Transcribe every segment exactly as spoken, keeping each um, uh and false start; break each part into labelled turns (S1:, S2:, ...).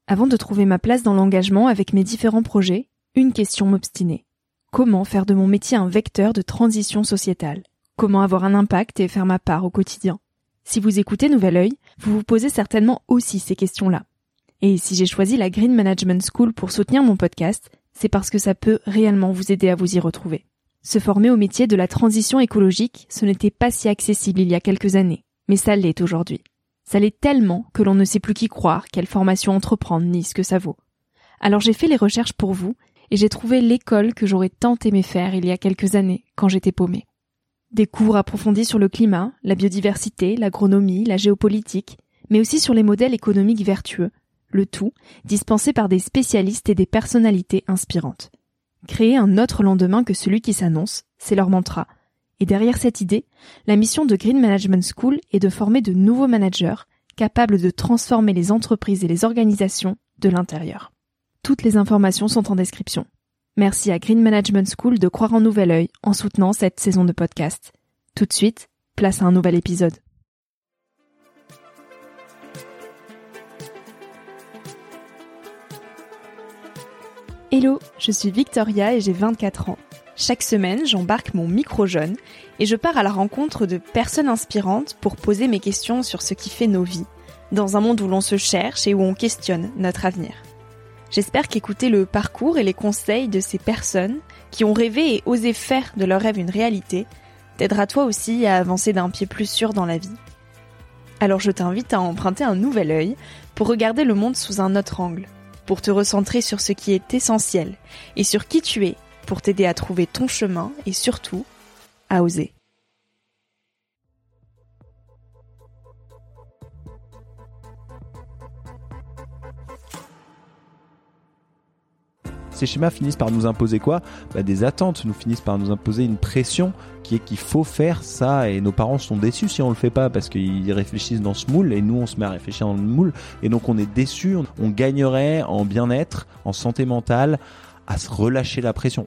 S1: Avant de trouver ma place dans l'engagement avec mes différents projets, une question m'obstinait. Comment faire de mon métier un vecteur de transition sociétale ? Comment avoir un impact et faire ma part au quotidien ? Si vous écoutez Nouvel Œil, vous vous posez certainement aussi ces questions-là. Et si j'ai choisi la Green Management School pour soutenir mon podcast, c'est parce que ça peut réellement vous aider à vous y retrouver. Se former au métier de la transition écologique, ce n'était pas si accessible il y a quelques années, mais ça l'est aujourd'hui. Ça l'est tellement que l'on ne sait plus qui croire, quelle formation entreprendre, ni ce que ça vaut. Alors j'ai fait les recherches pour vous, et j'ai trouvé l'école que j'aurais tant aimé faire il y a quelques années, quand j'étais paumée. Des cours approfondis sur le climat, la biodiversité, l'agronomie, la géopolitique, mais aussi sur les modèles économiques vertueux, le tout dispensé par des spécialistes et des personnalités inspirantes. Créer un autre lendemain que celui qui s'annonce, c'est leur mantra. Et derrière cette idée, la mission de Green Management School est de former de nouveaux managers capables de transformer les entreprises et les organisations de l'intérieur. Toutes les informations sont en description. Merci à Green Management School de croire en Nouvel Œil en soutenant cette saison de podcast. Tout de suite, place à un nouvel épisode. Hello, je suis Victoria et j'ai vingt-quatre ans. Chaque semaine, j'embarque mon micro jaune et je pars à la rencontre de personnes inspirantes pour poser mes questions sur ce qui fait nos vies, dans un monde où l'on se cherche et où on questionne notre avenir. J'espère qu'écouter le parcours et les conseils de ces personnes qui ont rêvé et osé faire de leur rêve une réalité t'aidera toi aussi à avancer d'un pied plus sûr dans la vie. Alors je t'invite à emprunter un nouvel œil pour regarder le monde sous un autre angle, pour te recentrer sur ce qui est essentiel et sur qui tu es, pour t'aider à trouver ton chemin et surtout, à oser.
S2: Ces schémas finissent par nous imposer quoi ? Bah, des attentes, nous finissent par nous imposer une pression qui est qu'il faut faire ça, et nos parents sont déçus si on le fait pas parce qu'ils réfléchissent dans ce moule et nous on se met à réfléchir dans le moule et donc on est déçus. On gagnerait en bien-être, en santé mentale, à se relâcher la pression.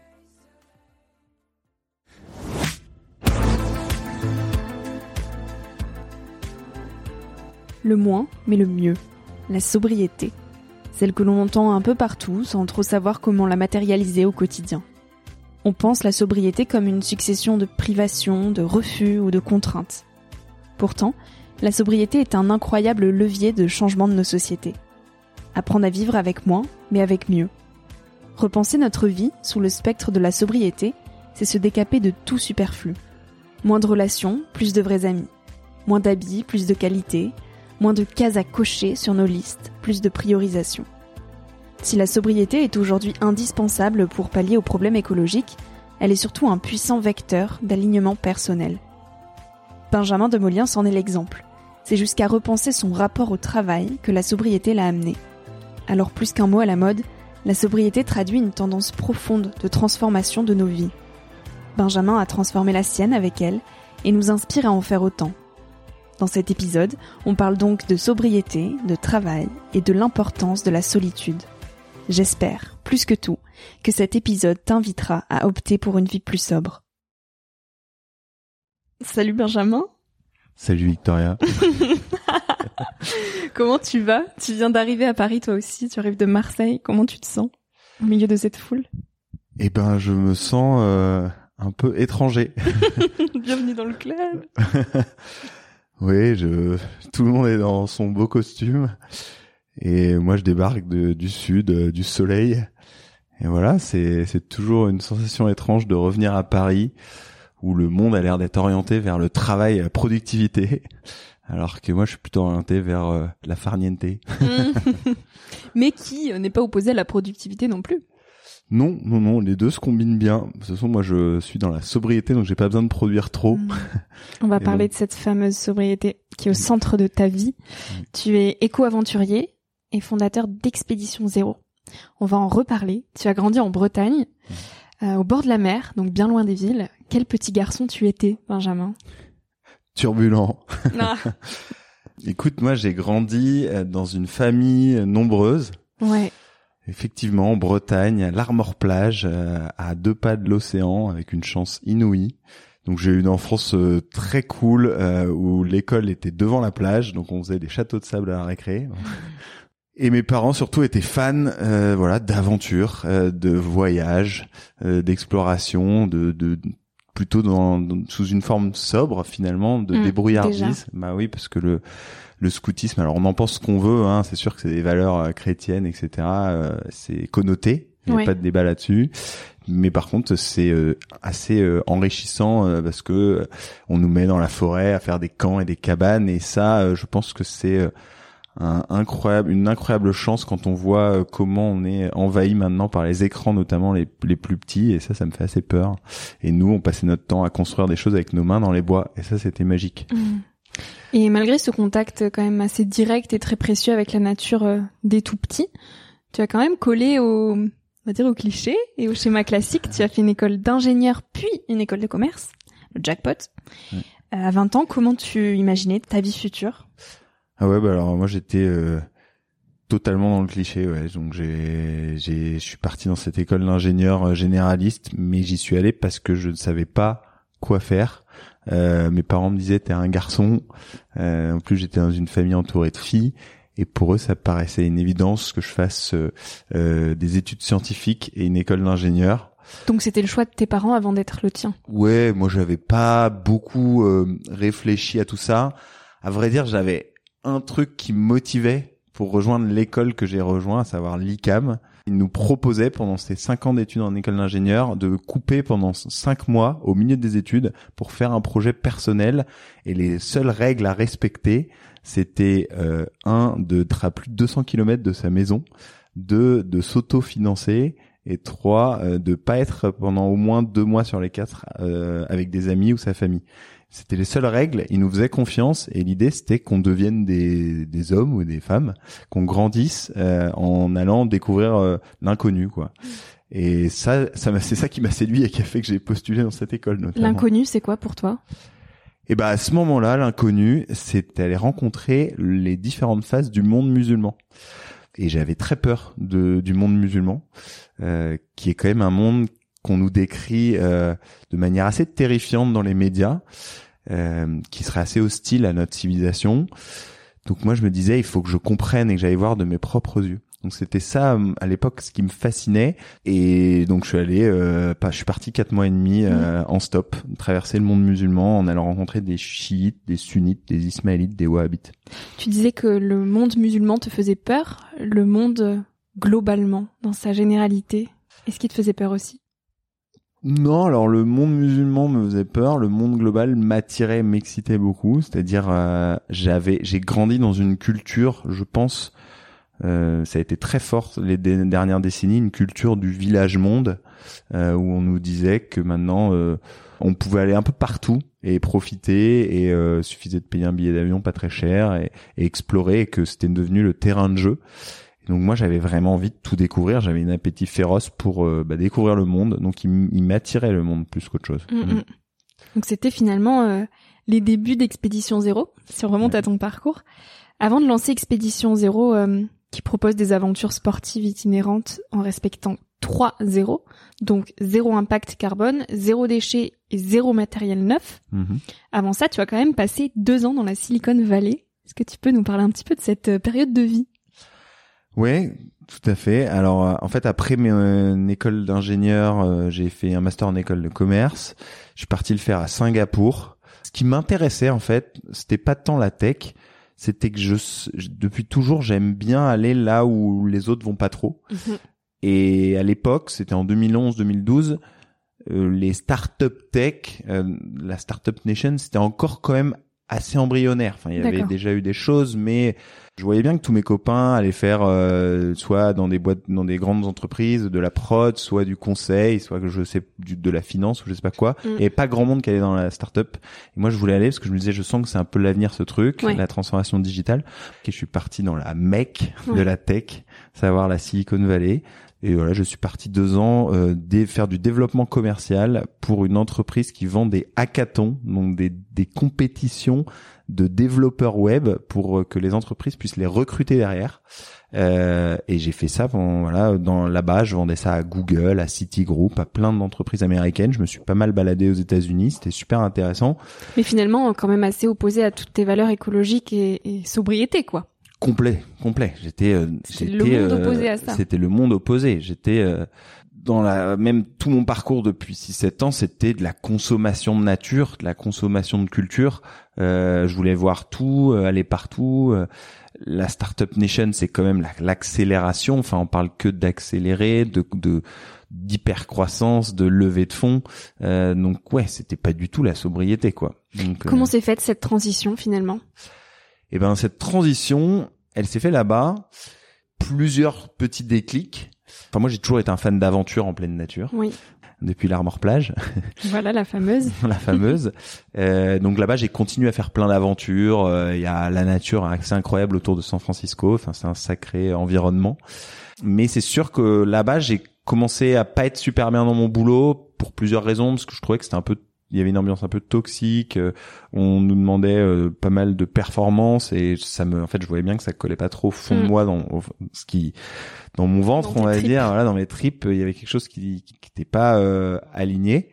S1: Le moins, mais le mieux. La sobriété. Celle que l'on entend un peu partout sans trop savoir comment la matérialiser au quotidien. On pense la sobriété comme une succession de privations, de refus ou de contraintes. Pourtant, la sobriété est un incroyable levier de changement de nos sociétés. Apprendre à vivre avec moins, mais avec mieux. Repenser notre vie sous le spectre de la sobriété, c'est se décaper de tout superflu. Moins de relations, plus de vrais amis. Moins d'habits, plus de qualité. Moins de cases à cocher sur nos listes, plus de priorisation. Si la sobriété est aujourd'hui indispensable pour pallier aux problèmes écologiques, elle est surtout un puissant vecteur d'alignement personnel. Benjamin de Moliens en est l'exemple. C'est jusqu'à repenser son rapport au travail que la sobriété l'a amené. Alors plus qu'un mot à la mode, la sobriété traduit une tendance profonde de transformation de nos vies. Benjamin a transformé la sienne avec elle et nous inspire à en faire autant. Dans cet épisode, on parle donc de sobriété, de travail et de l'importance de la solitude. J'espère, plus que tout, que cet épisode t'invitera à opter pour une vie plus sobre. Salut Benjamin.
S2: Salut Victoria.
S1: Comment tu vas ? Tu viens d'arriver à Paris toi aussi, tu arrives de Marseille. Comment tu te sens au milieu de cette foule ?
S2: Eh ben, je me sens euh, un peu étranger.
S1: Bienvenue dans le club.
S2: Oui, je, tout le monde est dans son beau costume et moi je débarque de, du sud, euh, du soleil. Et voilà, c'est, c'est toujours une sensation étrange de revenir à Paris où le monde a l'air d'être orienté vers le travail et la productivité, alors que moi je suis plutôt orienté vers euh, la farniente.
S1: Mais qui n'est pas opposé à la productivité non plus.
S2: Non, non, non, les deux se combinent bien. De toute façon, moi, je suis dans la sobriété, donc j'ai pas besoin de produire trop. Mmh.
S1: On va parler donc de cette fameuse sobriété qui est au centre de ta vie. Mmh. Tu es éco-aventurier et fondateur d'Expédition Zéro. On va en reparler. Tu as grandi en Bretagne, mmh. euh, au bord de la mer, donc bien loin des villes. Quel petit garçon tu étais, Benjamin ?
S2: Turbulent.
S1: Ah.
S2: Écoute, moi, j'ai grandi dans une famille nombreuse.
S1: Ouais.
S2: Effectivement, en Bretagne, à l'Armor-Plage, euh, à deux pas de l'océan, avec une chance inouïe. Donc j'ai eu une enfance euh, très cool, euh, où l'école était devant la plage, donc on faisait des châteaux de sable à la récré. Et mes parents surtout étaient fans, euh, voilà, d'aventure, euh, de voyage, euh, d'exploration, de, de plutôt dans, dans sous une forme sobre finalement, de mmh, débrouillardise. Déjà. Bah oui, parce que le le scoutisme, alors on en pense ce qu'on veut, hein, c'est sûr que c'est des valeurs euh, chrétiennes, et cetera. Euh, c'est connoté, il n'y a oui. pas de débat là-dessus. Mais par contre, c'est euh, assez euh, enrichissant euh, parce que euh, on nous met dans la forêt à faire des camps et des cabanes, et ça, euh, je pense que c'est euh, un incroyable, une incroyable chance quand on voit euh, comment on est envahi maintenant par les écrans, notamment les, les plus petits, et ça, ça me fait assez peur. Et nous, on passait notre temps à construire des choses avec nos mains dans les bois, et ça, c'était magique.
S1: Mmh. Et malgré ce contact quand même assez direct et très précieux avec la nature euh, dès tout petit, tu as quand même collé au, on va dire au cliché et au schéma classique. Tu as fait une école d'ingénieur puis une école de commerce, le jackpot. Ouais. Euh, à vingt ans, comment tu imaginais ta vie future?
S2: Ah ouais, bah alors moi j'étais euh, totalement dans le cliché, ouais. Donc j'ai, j'ai, je suis parti dans cette école d'ingénieur généraliste, mais j'y suis allé parce que je ne savais pas quoi faire. Euh, mes parents me disaient t'es un garçon. Euh, en plus j'étais dans une famille entourée de filles, et pour eux ça paraissait une évidence que je fasse euh, euh, des études scientifiques et une école d'ingénieur.
S1: Donc c'était le choix de tes parents avant d'être le tien.
S2: Ouais, moi j'avais pas beaucoup euh, réfléchi à tout ça. À vrai dire, j'avais un truc qui me motivait pour rejoindre l'école que j'ai rejoint, à savoir l'I C A M. Il nous proposait pendant ces cinq ans d'études en école d'ingénieur de couper pendant cinq mois au milieu des études pour faire un projet personnel, et les seules règles à respecter, c'était euh, un, d'être à plus de deux cents kilomètres de sa maison, deux, de s'auto-financer, et trois, euh, de pas être pendant au moins deux mois sur les quatre euh, avec des amis ou sa famille. C'était les seules règles. Ils nous faisaient confiance, et l'idée c'était qu'on devienne des, des hommes ou des femmes, qu'on grandisse euh, en allant découvrir euh, l'inconnu, quoi. Et ça, ça m'a, c'est ça qui m'a séduit et qui a fait que j'ai postulé dans cette école, notamment.
S1: L'inconnu, c'est quoi pour toi?
S2: Et ben à ce moment-là, l'inconnu, c'est aller rencontrer les différentes phases du monde musulman. Et j'avais très peur de du monde musulman, euh, qui est quand même un monde qu'on nous décrit euh, de manière assez terrifiante dans les médias, euh, qui serait assez hostile à notre civilisation. Donc moi je me disais, il faut que je comprenne et que j'aille voir de mes propres yeux. Donc c'était ça à l'époque ce qui me fascinait, et donc je suis allé, euh, pas, je suis parti quatre mois et demi euh, mmh. en stop, traverser le monde musulman en allant rencontrer des chiites, des sunnites, des ismaélites, des wahhabites.
S1: Tu disais que le monde musulman te faisait peur, le monde globalement, dans sa généralité, est-ce qu'il te faisait peur aussi?
S2: Non, alors le monde musulman me faisait peur, le monde global m'attirait, m'excitait beaucoup, c'est-à-dire euh, j'avais, j'ai grandi dans une culture, je pense. Euh, ça a été très fort les d- dernières décennies, une culture du village monde, euh, où on nous disait que maintenant euh, on pouvait aller un peu partout et profiter, et euh, suffisait de payer un billet d'avion pas très cher et, et explorer, et que c'était devenu le terrain de jeu. Et donc moi j'avais vraiment envie de tout découvrir, j'avais un appétit féroce pour euh, bah, découvrir le monde, donc il, m- il m'attirait le monde plus qu'autre chose.
S1: Mmh, mmh. Donc c'était finalement euh, les débuts d'Expédition Zéro, si on remonte ouais. à ton parcours. Avant de lancer Expédition Zéro, euh, qui propose des aventures sportives itinérantes en respectant trois zéros, donc zéro impact carbone, zéro déchet et zéro matériel neuf. Mmh. Avant ça, tu as quand même passé deux ans dans la Silicon Valley. Est-ce que tu peux nous parler un petit peu de cette période de vie?
S2: Oui, tout à fait. Alors, euh, en fait, après mes, euh, une école d'ingénieur, euh, j'ai fait un master en école de commerce. Je suis parti le faire à Singapour. Ce qui m'intéressait, en fait, c'était pas tant la tech, c'était que je, depuis toujours, j'aime bien aller là où les autres vont pas trop. Mmh. Et à l'époque, c'était en deux mille onze deux mille douze, euh, les startup tech, euh, la startup nation, c'était encore quand même assez embryonnaire. Enfin, il y D'accord. avait déjà eu des choses, mais je voyais bien que tous mes copains allaient faire euh, soit dans des boîtes, dans des grandes entreprises, de la prod, soit du conseil, soit que je sais du, de la finance ou je sais pas quoi. Mm. Il y avait pas grand monde qui allait dans la start-up. Et moi, je voulais aller parce que je me disais, je sens que c'est un peu l'avenir, ce truc, ouais. la transformation digitale. Et je suis parti dans la mecque ouais. de la tech, savoir la Silicon Valley. Et voilà, je suis parti deux ans euh, dé- faire du développement commercial pour une entreprise qui vend des hackathons, donc des, des compétitions de développeurs web pour euh, que les entreprises puissent les recruter derrière. Euh, et j'ai fait ça pendant, voilà, dans là-bas, je vendais ça à Google, à Citigroup, à plein d'entreprises américaines. Je me suis pas mal baladé aux États-Unis, c'était super intéressant.
S1: Mais finalement, quand même assez opposé à toutes tes valeurs écologiques et, et sobriété, quoi.
S2: complet, complet. J'étais, euh,
S1: c'était
S2: j'étais,
S1: le monde
S2: euh,
S1: opposé à ça.
S2: C'était le monde opposé. J'étais euh, dans la, même tout mon parcours depuis six sept ans, c'était de la consommation de nature, de la consommation de culture. Euh, je voulais voir tout, euh, aller partout. Euh, la Startup Nation, c'est quand même la, l'accélération. Enfin, on parle que d'accélérer, de, de d'hypercroissance, de levée de fonds. Euh, donc ouais, c'était pas du tout la sobriété, quoi. Donc,
S1: Comment
S2: euh,
S1: s'est faite cette transition finalement?
S2: Eh ben cette transition, elle s'est faite là-bas. Plusieurs petits déclics. Enfin moi j'ai toujours été un fan d'aventure en pleine nature.
S1: Oui.
S2: Depuis l'Armor Plage.
S1: Voilà la fameuse.
S2: la fameuse. Euh, donc là-bas j'ai continué à faire plein d'aventures. Il euh, y a la nature assez incroyable autour de San Francisco. Enfin c'est un sacré environnement. Mais c'est sûr que là-bas j'ai commencé à pas être super bien dans mon boulot pour plusieurs raisons, parce que je trouvais que c'était un peu, il y avait une ambiance un peu toxique, euh, on nous demandait euh, pas mal de performances et ça me, en fait, je voyais bien que ça collait pas trop au fond de
S1: Mm.
S2: moi, dans au- ce qui, dans mon ventre,
S1: Dans
S2: on
S1: tes
S2: va
S1: tripes.
S2: dire, voilà, dans mes tripes, il y avait quelque chose qui, qui, qui était pas euh, aligné.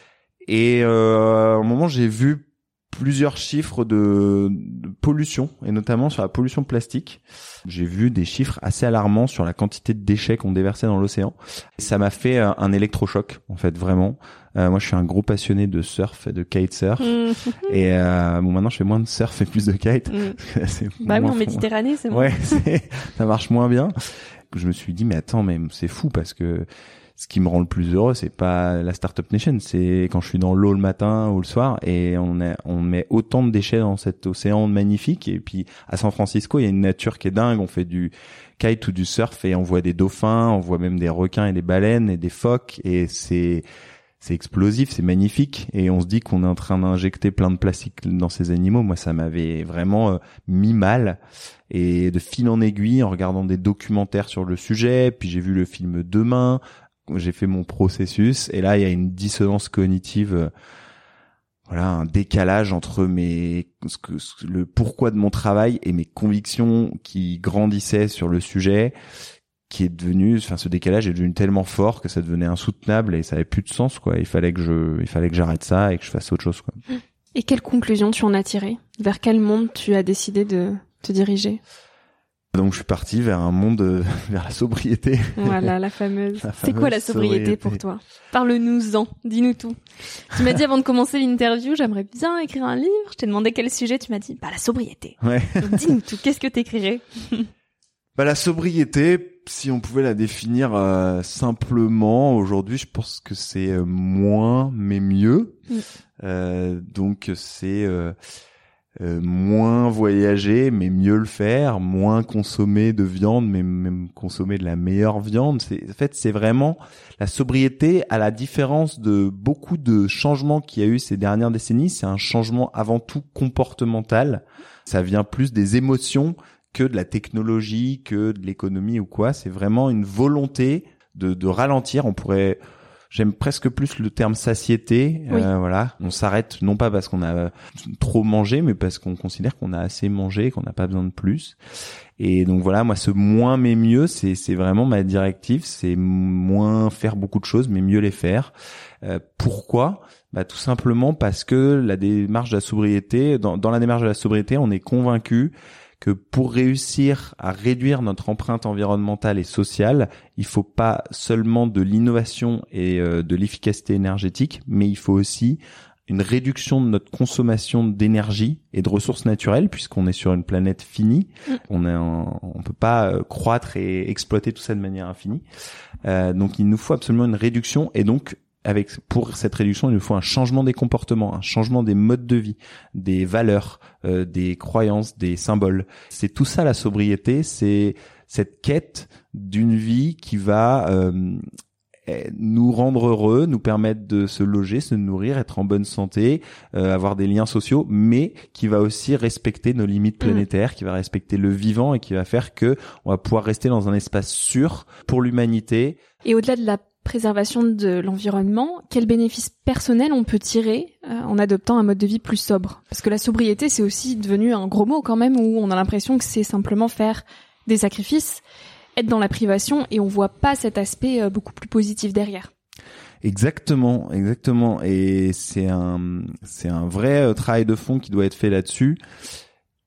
S2: Et euh, à un moment, j'ai vu plusieurs chiffres de, de pollution, et notamment sur la pollution plastique. J'ai vu des chiffres assez alarmants sur la quantité de déchets qu'on déversait dans l'océan. Ça m'a fait un, un électrochoc, en fait, vraiment. Euh, moi, je suis un gros passionné de surf et de kitesurf.
S1: Mmh.
S2: Et euh, bon, maintenant, je fais moins de surf et plus de kite.
S1: Mmh.
S2: C'est
S1: Bah oui,
S2: moins
S1: en
S2: fou.
S1: Méditerranée, c'est bon.
S2: Ouais, c'est, ça marche moins bien. Je me suis dit, mais attends, mais c'est fou parce que ce qui me rend le plus heureux, c'est pas la Startup Nation, c'est quand je suis dans l'eau le matin ou le soir et on est, on met autant de déchets dans cet océan magnifique. Et puis à San Francisco, il y a une nature qui est dingue. On fait du kite ou du surf et on voit des dauphins, on voit même des requins et des baleines et des phoques et c'est c'est explosif, c'est magnifique et on se dit qu'on est en train d'injecter plein de plastique dans ces animaux. Moi, ça m'avait vraiment euh, mis mal. Et de fil en aiguille, en regardant des documentaires sur le sujet, puis j'ai vu le film Demain, j'ai fait mon processus et là il y a une dissonance cognitive, euh, voilà, un décalage entre mes ce que, ce, le pourquoi de mon travail et mes convictions qui grandissaient sur le sujet, qui est devenu, enfin ce décalage est devenu tellement fort que ça devenait insoutenable et ça avait plus de sens, quoi. Il fallait que je il fallait que j'arrête ça et que je fasse autre chose, quoi.
S1: Et quelle conclusion tu en as tiré? Vers quel monde tu as décidé de te diriger?
S2: Donc je suis parti vers un monde, euh, vers la sobriété.
S1: Voilà, la fameuse.
S2: La
S1: C'est quoi la
S2: fameuse
S1: sobriété,
S2: sobriété.
S1: pour toi? Parle-nous-en, dis-nous tout. Tu m'as dit avant de commencer l'interview, j'aimerais bien écrire un livre. Je t'ai demandé quel sujet, tu m'as dit, bah la sobriété.
S2: Ouais.
S1: Donc dis-nous tout, qu'est-ce que t'écrirais?
S2: Bah la sobriété, si on pouvait la définir euh, simplement aujourd'hui, je pense que c'est euh, moins mais mieux.
S1: Mm.
S2: Euh, donc c'est euh, euh, moins voyager mais mieux le faire, moins consommer de viande mais même consommer de la meilleure viande. C'est, en fait, c'est vraiment la sobriété, à la différence de beaucoup de changements qu'il y a eu ces dernières décennies, c'est un changement avant tout comportemental. Ça vient plus des émotions que de la technologie, que de l'économie ou quoi. C'est vraiment une volonté de, de ralentir. On pourrait, j'aime presque plus le terme satiété.
S1: Oui.
S2: Euh, voilà, on s'arrête non pas parce qu'on a trop mangé, mais parce qu'on considère qu'on a assez mangé, qu'on n'a pas besoin de plus. Et donc voilà, moi ce moins mais mieux, c'est c'est vraiment ma directive. C'est moins faire beaucoup de choses, mais mieux les faire. Euh, pourquoi ? Bah tout simplement parce que la démarche de la sobriété, dans, dans la démarche de la sobriété, on est convaincu que pour réussir à réduire notre empreinte environnementale et sociale, il faut pas seulement de l'innovation et euh, de l'efficacité énergétique, mais il faut aussi une réduction de notre consommation d'énergie et de ressources naturelles, puisqu'on est sur une planète finie.
S1: Mm.
S2: On est en, on peut pas euh, croître et exploiter tout ça de manière infinie. Euh, donc il nous faut absolument une réduction et donc avec pour cette réduction, il nous faut un changement des comportements, un changement des modes de vie, des valeurs, euh, des croyances, des symboles. C'est tout ça la sobriété, c'est cette quête d'une vie qui va euh, nous rendre heureux, nous permettre de se loger, se nourrir, être en bonne santé, euh, avoir des liens sociaux, mais qui va aussi respecter nos limites planétaires, mmh. qui va respecter le vivant et qui va faire que on va pouvoir rester dans un espace sûr pour l'humanité.
S1: Et au-delà de la préservation de l'environnement, quels bénéfices personnels on peut tirer euh, en adoptant un mode de vie plus sobre? Parce que la sobriété, c'est aussi devenu un gros mot quand même, où on a l'impression que c'est simplement faire des sacrifices, être dans la privation, et on voit pas cet aspect euh, beaucoup plus positif derrière.
S2: Exactement, exactement. Et c'est un, c'est un vrai euh, travail de fond qui doit être fait là-dessus.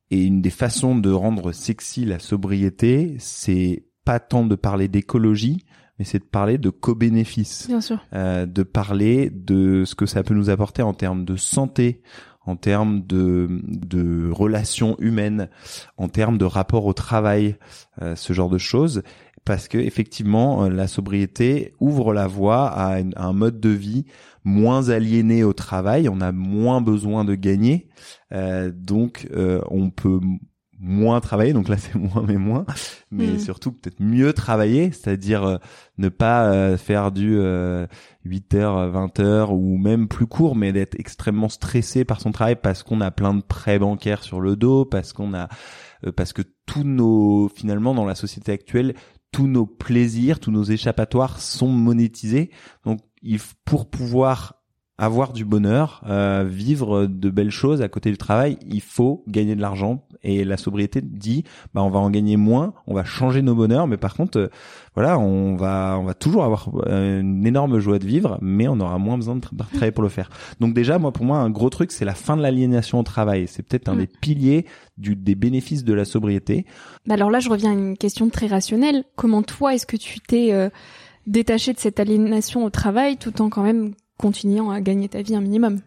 S2: Et une des façons de rendre sexy la sobriété, c'est pas tant de parler d'écologie, mais c'est de parler de co-bénéfices.
S1: Bien sûr.
S2: Euh, de parler de ce que ça peut nous apporter en termes de santé, en termes de, de relations humaines, en termes de rapport au travail, euh, ce genre de choses. Parce que effectivement, la sobriété ouvre la voie à, une, à un mode de vie moins aliéné au travail. On a moins besoin de gagner, euh, donc euh, on peut moins travailler. Donc là, c'est moins mais moins, mais mmh. surtout peut-être mieux travailler, c'est-à-dire euh, ne pas euh, faire du euh, huit heures, vingt heures ou même plus court, mais d'être extrêmement stressé par son travail parce qu'on a plein de prêts bancaires sur le dos, parce qu'on a, euh, parce que tous nos, finalement, dans la société actuelle, tous nos plaisirs, tous nos échappatoires sont monétisés. Donc, il, pour pouvoir avoir du bonheur, euh, vivre de belles choses à côté du travail, il faut gagner de l'argent. Et la sobriété dit, bah, on va en gagner moins, on va changer nos bonheurs, mais par contre, euh, voilà, on va, on va toujours avoir euh, une énorme joie de vivre, mais on aura moins besoin de tra- travailler pour le faire. Donc déjà, moi, pour moi, un gros truc, c'est la fin de l'aliénation au travail. C'est peut-être un mmh. des piliers du, des bénéfices de la sobriété.
S1: Bah alors là, je reviens à une question très rationnelle. Comment toi, est-ce que tu t'es euh, détaché de cette aliénation au travail tout en quand même continuant à gagner ta vie un minimum?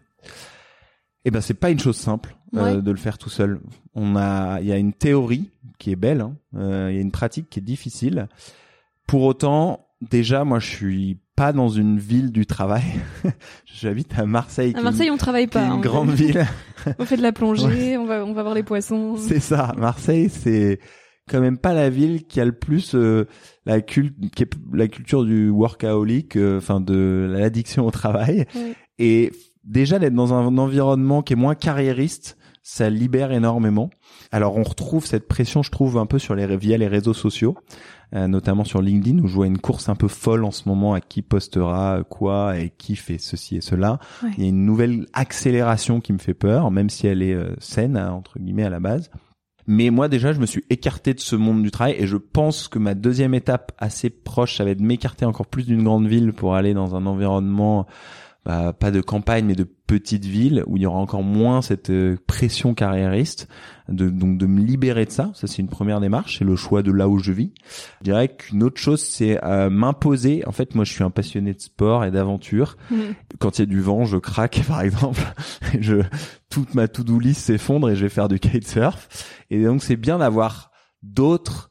S2: Eh ben, c'est pas une chose simple euh, ouais. de le faire tout seul. On a, il y a une théorie qui est belle, hein. euh, il y a une pratique qui est difficile. Pour autant, déjà, moi, je suis pas dans une ville du travail. J'habite à Marseille.
S1: À Marseille,
S2: une,
S1: on travaille pas.
S2: Une
S1: hein,
S2: grande ville.
S1: On fait de la plongée,
S2: ouais.
S1: on va, on va voir les poissons.
S2: C'est ça. Marseille, c'est quand même pas la ville qui a le plus euh, la cul- qui est la culture du workaholic, enfin euh, de l'addiction au travail. Ouais. Et déjà d'être dans un environnement qui est moins carriériste, ça libère énormément. Alors on retrouve cette pression, je trouve, un peu sur les via les réseaux sociaux, euh, notamment sur LinkedIn où je vois une course un peu folle en ce moment à qui postera quoi et qui fait ceci et cela. Ouais. Il y a une nouvelle accélération qui me fait peur, même si elle est euh, saine hein, entre guillemets à la base. Mais moi déjà, je me suis écarté de ce monde du travail et je pense que ma deuxième étape assez proche, ça va être de m'écarter encore plus d'une grande ville pour aller dans un environnement bah, pas de campagne mais de petite ville où il y aura encore moins cette euh, pression carriériste, de, donc de me libérer de ça. Ça c'est une première démarche, c'est le choix de là où je vis. Je dirais qu'une autre chose c'est euh, m'imposer. En fait moi je suis un passionné de sport et d'aventure. Mmh. Quand il y a du vent je craque par exemple. je toute ma to-do list s'effondre et je vais faire du kitesurf. Et donc c'est bien d'avoir d'autres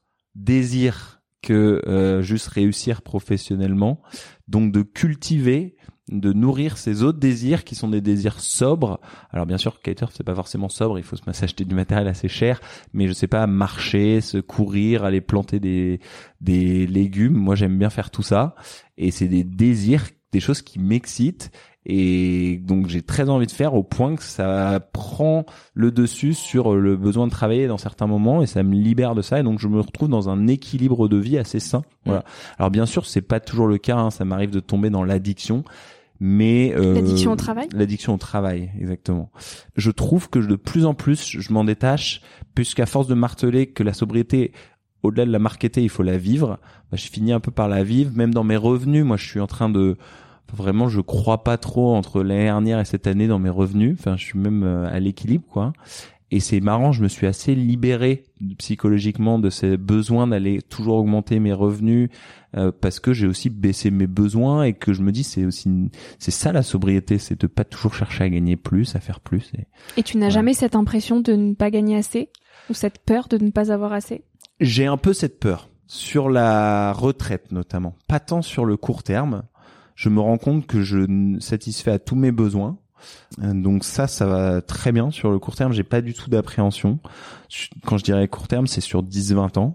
S2: désirs que euh, juste réussir professionnellement. Donc de cultiver, de nourrir ces autres désirs qui sont des désirs sobres. Alors bien sûr, kitesurf c'est pas forcément sobre, il faut s'acheter du matériel assez cher, mais je sais pas, marcher, se courir, aller planter des des légumes. Moi j'aime bien faire tout ça et c'est des désirs, des choses qui m'excitent. Et donc j'ai très envie de faire au point que ça prend le dessus sur le besoin de travailler dans certains moments et ça me libère de ça et donc je me retrouve dans un équilibre de vie assez sain. Voilà. Alors bien sûr c'est pas toujours le cas, hein, ça m'arrive de tomber dans l'addiction, mais euh,
S1: l'addiction au travail.
S2: L'addiction au travail, exactement. Je trouve que de plus en plus je m'en détache puisqu'à force de marteler que la sobriété au-delà de la marketer il faut la vivre, bah, je finis un peu par la vivre. Même dans mes revenus, moi je suis en train de Vraiment, je crois pas trop entre l'année dernière et cette année dans mes revenus. Enfin, je suis même à l'équilibre, quoi. Et c'est marrant, je me suis assez libéré psychologiquement de ces besoins d'aller toujours augmenter mes revenus euh, parce que j'ai aussi baissé mes besoins et que je me dis c'est aussi une... c'est ça la sobriété, c'est de pas toujours chercher à gagner plus, à faire plus. Et,
S1: et tu n'as voilà. jamais cette impression de ne pas gagner assez ou cette peur de ne pas avoir assez?
S2: J'ai un peu cette peur sur la retraite notamment, pas tant sur le court terme. Je me rends compte que je satisfais à tous mes besoins. Donc ça, ça va très bien. Sur le court terme, j'ai pas du tout d'appréhension. Quand je dirais court terme, c'est sur dix vingt ans.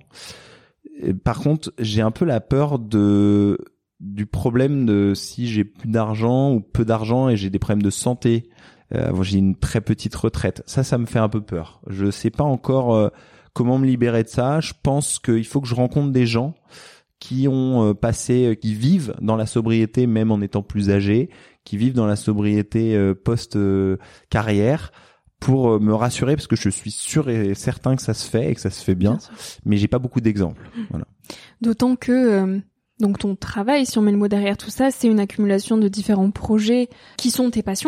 S2: Et par contre, j'ai un peu la peur de du problème de si j'ai plus d'argent ou peu d'argent et j'ai des problèmes de santé. Euh, j'ai une très petite retraite. Ça, ça me fait un peu peur. Je sais pas encore euh, comment me libérer de ça. Je pense qu'il faut que je rencontre des gens qui ont passé, qui vivent dans la sobriété même en étant plus âgés, qui vivent dans la sobriété post-carrière pour me rassurer parce que je suis sûr et certain que ça se fait et que ça se fait bien, bien mais j'ai pas beaucoup d'exemples. Voilà.
S1: D'autant que euh, donc ton travail, si on met le mot derrière tout ça, c'est une accumulation de différents projets qui sont tes passions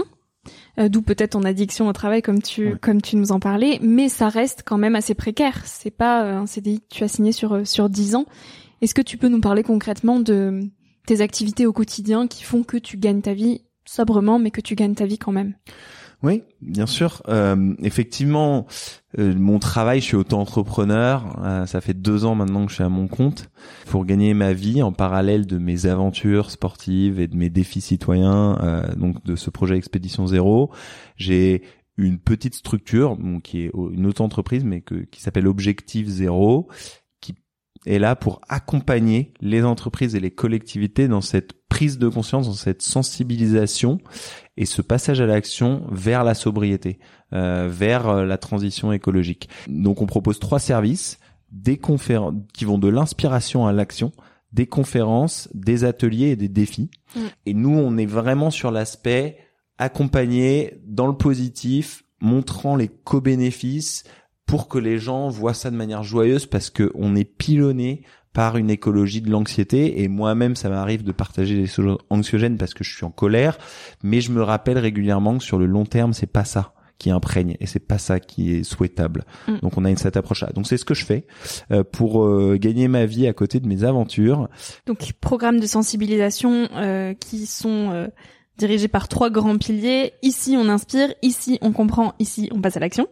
S1: Euh, d'où peut-être ton addiction au travail, comme tu ouais. comme tu nous en parlais. Mais ça reste quand même assez précaire. C'est pas un C D I que tu as signé sur sur dix ans. Est-ce que tu peux nous parler concrètement de tes activités au quotidien qui font que tu gagnes ta vie sobrement, mais que tu gagnes ta vie quand même?
S2: Oui, bien sûr. Euh, effectivement, euh, mon travail, je suis auto-entrepreneur. Euh, ça fait deux ans maintenant que je suis à mon compte pour gagner ma vie en parallèle de mes aventures sportives et de mes défis citoyens. Euh, donc de ce projet Expédition Zéro, j'ai une petite structure, bon, qui est une auto-entreprise, mais que, qui s'appelle Objectif Zéro, qui est là pour accompagner les entreprises et les collectivités dans cette prise de conscience, dans cette sensibilisation et ce passage à l'action vers la sobriété, euh, vers la transition écologique. Donc on propose trois services, des conférences qui vont de l'inspiration à l'action, des conférences, des ateliers et des défis. Mmh. Et nous, on est vraiment sur l'aspect accompagné dans le positif, montrant les co-bénéfices pour que les gens voient ça de manière joyeuse, parce que on est pilonné par une écologie de l'anxiété, et moi-même ça m'arrive de partager des choses anxiogènes parce que je suis en colère, mais je me rappelle régulièrement que sur le long terme c'est pas ça qui imprègne et c'est pas ça qui est souhaitable. Mmh. Donc on a une cette approche là. Donc c'est ce que je fais euh, pour euh, gagner ma vie à côté de mes aventures.
S1: Donc programmes de sensibilisation euh, qui sont euh, dirigés par trois grands piliers. Ici on inspire, ici on comprend, ici on passe à l'action.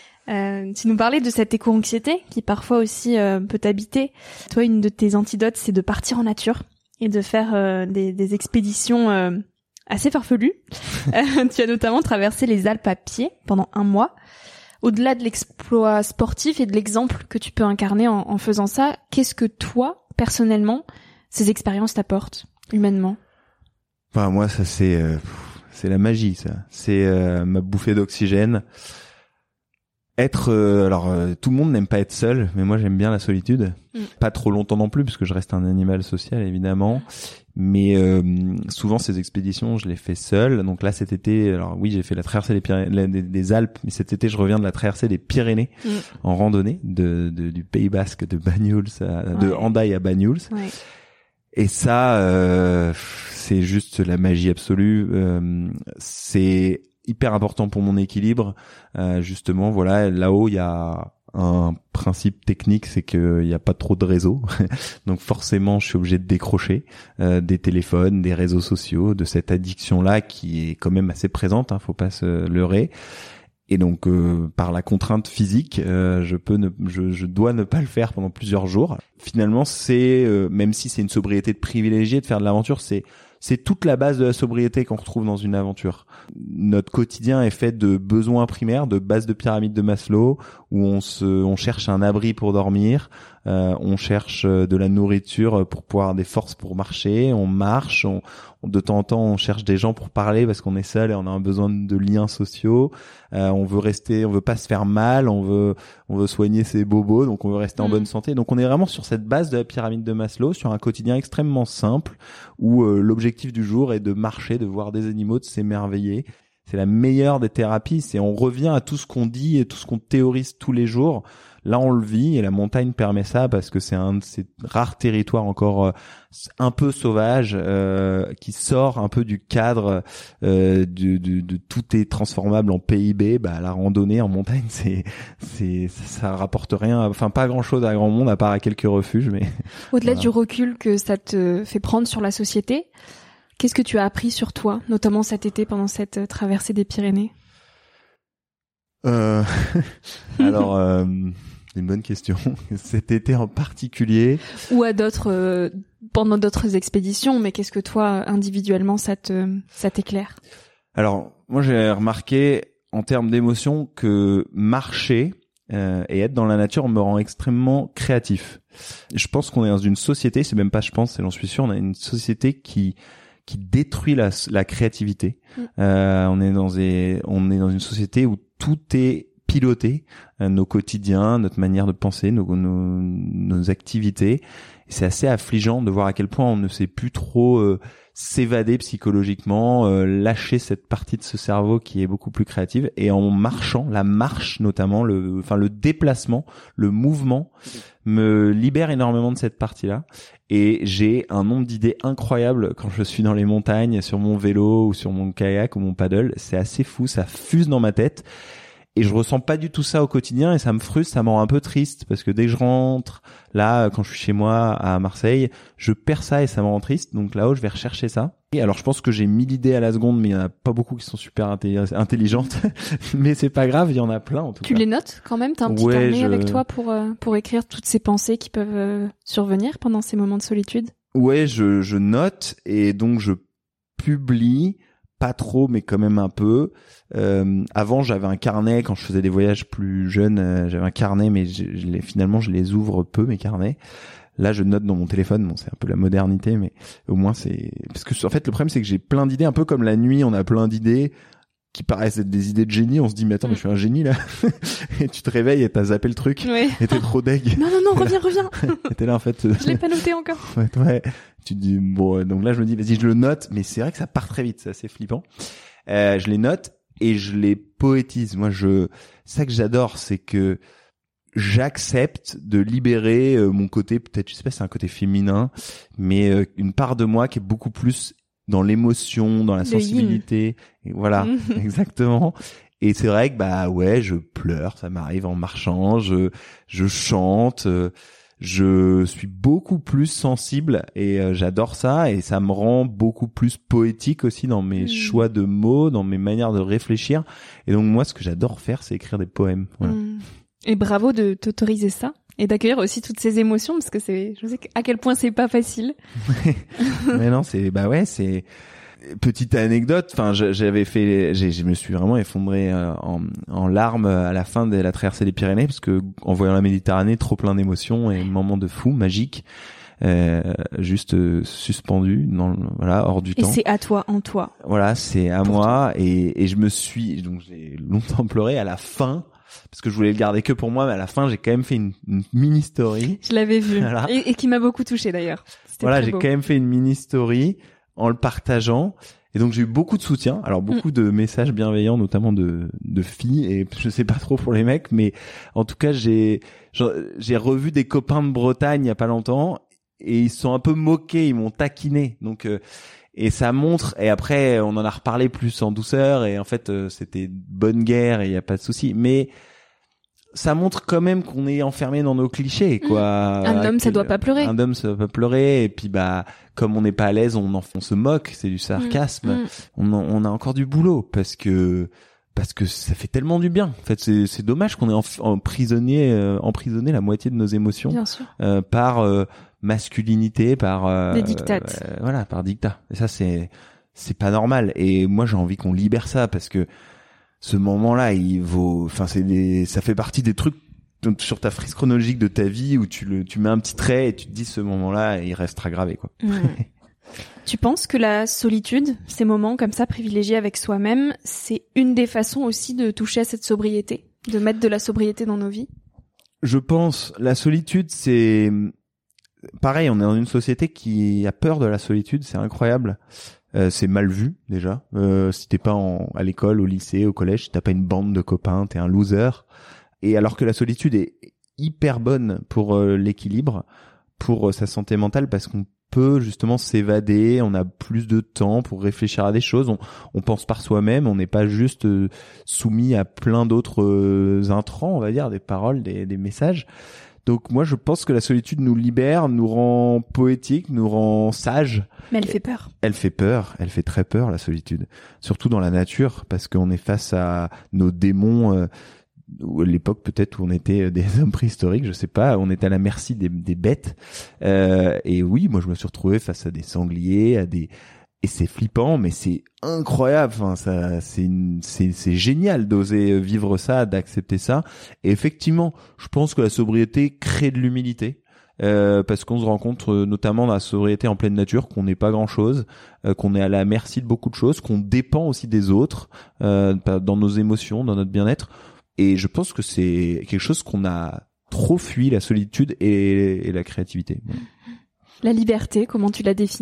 S1: Euh, tu nous parlais de cette éco-anxiété qui parfois aussi euh, peut t'habiter. Toi, une de tes antidotes, c'est de partir en nature et de faire euh, des, des expéditions euh, assez farfelues. euh, tu as notamment traversé les Alpes à pied pendant un mois. Au-delà de l'exploit sportif et de l'exemple que tu peux incarner en, en faisant ça, qu'est-ce que toi, personnellement, ces expériences t'apportent humainement?
S2: Enfin, moi, ça c'est euh, c'est la magie, ça. C'est euh, ma bouffée d'oxygène. Être euh, alors euh, tout le monde n'aime pas être seul, mais moi j'aime bien la solitude. Mm. Pas trop longtemps non plus, parce que je reste un animal social évidemment. Mais euh, souvent ces expéditions, je les fais seul. Donc là cet été, alors oui j'ai fait la traversée des, Pyrénées, des, des Alpes, mais cet été je reviens de la traversée des Pyrénées mm. en randonnée de, de du Pays Basque de Banyuls à, ouais. de Hendaye à Banyuls. Ouais. Et ça euh, c'est juste la magie absolue. Euh, c'est hyper important pour mon équilibre. Euh, justement, voilà, là-haut, il y a un principe technique, c'est qu'il n'y a pas trop de réseau. Donc forcément, je suis obligé de décrocher euh, des téléphones, des réseaux sociaux, de cette addiction-là qui est quand même assez présente, hein, faut pas se leurrer. Et donc, euh, par la contrainte physique, euh, je peux ne, je, je dois ne pas le faire pendant plusieurs jours. Finalement, c'est, euh, même si c'est une sobriété de privilégié de faire de l'aventure, c'est c'est toute la base de la sobriété qu'on retrouve dans une aventure. Notre quotidien est fait de besoins primaires, de base de pyramide de Maslow, où on se, on cherche un abri pour dormir, euh, on cherche de la nourriture pour pouvoir des forces pour marcher, on marche, on, de temps en temps on cherche des gens pour parler parce qu'on est seul et on a un besoin de liens sociaux. Euh, on veut rester, on veut pas se faire mal, on veut, on veut soigner ses bobos, donc on veut rester mmh. en bonne santé. Donc on est vraiment sur cette base de la pyramide de Maslow, sur un quotidien extrêmement simple où euh, l'objectif du jour est de marcher, de voir des animaux, de s'émerveiller. C'est la meilleure des thérapies. C'est on revient à tout ce qu'on dit et tout ce qu'on théorise tous les jours. Là, on le vit et la montagne permet ça parce que c'est un de ces rares territoires encore euh, un peu sauvage euh, qui sort un peu du cadre euh, de, de, de tout est transformable en P I B. Bah, la randonnée en montagne, c'est, c'est, ça rapporte rien, enfin pas grand chose à grand monde à part à quelques refuges. Mais
S1: au-delà
S2: voilà.
S1: du recul que ça te fait prendre sur la société, qu'est-ce que tu as appris sur toi, notamment cet été pendant cette traversée des Pyrénées?
S2: Euh, alors, euh, c'est une bonne question. Cet été en particulier.
S1: Ou à d'autres, euh, pendant d'autres expéditions, mais qu'est-ce que toi, individuellement, ça te, ça t'éclaire?
S2: Alors, moi, j'ai remarqué, en termes d'émotion, que marcher euh, et être dans la nature me rend extrêmement créatif. Je pense qu'on est dans une société, c'est même pas je pense, c'est j'en suis sûr, on a une société qui qui détruit la, la créativité. Mmh. Euh, on est dans des, on est dans une société où tout est piloté, euh, nos quotidiens, notre manière de penser, nos, nos, nos activités. Et c'est assez affligeant de voir à quel point on ne sait plus trop euh, s'évader psychologiquement, euh, lâcher cette partie de ce cerveau qui est beaucoup plus créative. Et en marchant, la marche notamment, le, enfin le déplacement, le mouvement me libère énormément de cette partie-là. Et j'ai un nombre d'idées incroyables quand je suis dans les montagnes, sur mon vélo ou sur mon kayak ou mon paddle. C'est assez fou, ça fuse dans ma tête. Et je ressens pas du tout ça au quotidien et ça me frustre, ça me rend un peu triste parce que dès que je rentre, là, quand je suis chez moi à Marseille, je perds ça et ça me rend triste. Donc là-haut, je vais rechercher ça. Et alors, je pense que j'ai mille idées à la seconde, mais il y en a pas beaucoup qui sont super intelli- intelligentes. Mais c'est pas grave, il y en a plein en tout
S1: tu
S2: cas.
S1: Tu les notes quand même? T'as un petit
S2: ouais,
S1: carnet
S2: je...
S1: avec toi pour euh, pour écrire toutes ces pensées qui peuvent euh, survenir pendant ces moments de solitude?
S2: Ouais, je, je note et donc je publie. Pas trop, mais quand même un peu. Euh, avant, j'avais un carnet quand je faisais des voyages plus jeunes. Euh, j'avais un carnet, mais je, je les, finalement, je les ouvre peu mes carnets. Là, je note dans mon téléphone. Bon, c'est un peu la modernité, mais au moins c'est parce que en fait, le problème c'est que j'ai plein d'idées, un peu comme la nuit. On a plein d'idées qui paraissent être des idées de génie. On se dit mais attends, mais je suis un génie là. Et tu te réveilles et t'as zappé le truc.
S1: Ouais.
S2: Et t'es trop deg.
S1: Non non non, reviens reviens.
S2: Et t'es là en fait.
S1: Je l'ai pas noté encore.
S2: Ouais, ouais. Tu te dis bon, donc là je me dis vas-y je le note, mais c'est vrai que ça part très vite, c'est assez flippant. Euh, je les note et je les poétise. Moi je, ça que j'adore, c'est que j'accepte de libérer euh, mon côté, peut-être je sais pas, c'est un côté féminin, mais euh, une part de moi qui est beaucoup plus dans l'émotion, dans la
S1: Le
S2: sensibilité. Et voilà, exactement. Et c'est vrai que bah ouais, je pleure, ça m'arrive en marchant, je je chante. Euh, Je suis beaucoup plus sensible et euh, j'adore ça et ça me rend beaucoup plus poétique aussi dans mes mmh. choix de mots, dans mes manières de réfléchir. Et donc moi, ce que j'adore faire, c'est écrire des poèmes. Voilà. Mmh.
S1: Et bravo de t'autoriser ça et d'accueillir aussi toutes ces émotions parce que c'est, je sais à quel point c'est pas facile.
S2: Mais non, c'est bah ouais, c'est. Petite anecdote, enfin j'avais fait, j'ai, je me suis vraiment effondré en, en larmes à la fin de la traversée des Pyrénées parce que en voyant la Méditerranée, trop plein d'émotions et un moment de fou, magique, euh, juste euh, suspendu, dans, voilà, hors du
S1: et
S2: temps.
S1: Et c'est à toi, en toi.
S2: Voilà, c'est à moi et, et je me suis, donc j'ai longtemps pleuré à la fin. Parce que je voulais le garder que pour moi, mais à la fin, j'ai quand même fait une, une mini story.
S1: Je l'avais vu voilà. et, et qui m'a beaucoup touchée d'ailleurs. C'était
S2: voilà,
S1: très
S2: j'ai
S1: beau.
S2: quand même fait une mini story en le partageant. Et donc j'ai eu beaucoup de soutien, alors beaucoup mmh. de messages bienveillants, notamment de de filles, et je sais pas trop pour les mecs, mais en tout cas j'ai j'ai revu des copains de Bretagne il y a pas longtemps et ils se sont un peu moqués, ils m'ont taquiné, donc euh, et ça montre. Et après on en a reparlé plus en douceur et en fait euh, c'était bonne guerre et il y a pas de souci, mais ça montre quand même qu'on est enfermé dans nos clichés, quoi.
S1: Mmh. Un homme, ça doit pas pleurer.
S2: Un homme, ça doit pas pleurer. Et puis, bah, comme on n'est pas à l'aise, on en, on se moque. C'est du sarcasme. Mmh. On, en, on a encore du boulot parce que, parce que ça fait tellement du bien. En fait, c'est, c'est dommage qu'on ait emprisonné, euh, emprisonné la moitié de nos émotions.
S1: Bien sûr.
S2: Euh, par euh, masculinité, par euh,
S1: des dictates.
S2: Euh, voilà, par dictat. Et ça, c'est, c'est pas normal. Et moi, j'ai envie qu'on libère ça parce que ce moment-là, il vaut, enfin, c'est des, ça fait partie des trucs sur ta frise chronologique de ta vie où tu le, tu mets un petit trait et tu te dis ce moment-là, il restera gravé, quoi.
S1: Mmh. Tu penses que la solitude, ces moments comme ça privilégiés avec soi-même, c'est une des façons aussi de toucher à cette sobriété, de mettre de la sobriété dans nos vies?
S2: Je pense, la solitude, c'est pareil, on est dans une société qui a peur de la solitude, c'est incroyable. Euh, c'est mal vu déjà. Euh, si t'es pas en, à l'école, au lycée, au collège, si t'as pas une bande de copains, t'es un loser. Et alors que la solitude est hyper bonne pour euh, l'équilibre, pour euh, sa santé mentale, parce qu'on peut justement s'évader, on a plus de temps pour réfléchir à des choses, on, on pense par soi-même, on n'est pas juste euh, soumis à plein d'autres euh, intrants, on va dire, des paroles, des, des messages. Donc moi je pense que la solitude nous libère, nous rend poétique, nous rend sage.
S1: Mais elle fait peur.
S2: Elle fait peur, elle fait très peur la solitude. Surtout dans la nature, parce qu'on est face à nos démons, euh, ou à l'époque peut-être où on était des hommes préhistoriques, je sais pas, on était à la merci des, des bêtes. Euh, et oui, moi je me suis retrouvé face à des sangliers, à des... Et c'est flippant, mais c'est incroyable. Enfin, ça, c'est, une, c'est, c'est génial d'oser vivre ça, d'accepter ça. Et effectivement, je pense que la sobriété crée de l'humilité, euh, parce qu'on se rend compte, euh, notamment dans la sobriété en pleine nature, qu'on n'est pas grand-chose, euh, qu'on est à la merci de beaucoup de choses, qu'on dépend aussi des autres, euh, dans nos émotions, dans notre bien-être. Et je pense que c'est quelque chose qu'on a trop fui, la solitude et, et la créativité. Ouais.
S1: La liberté, comment tu la définis ?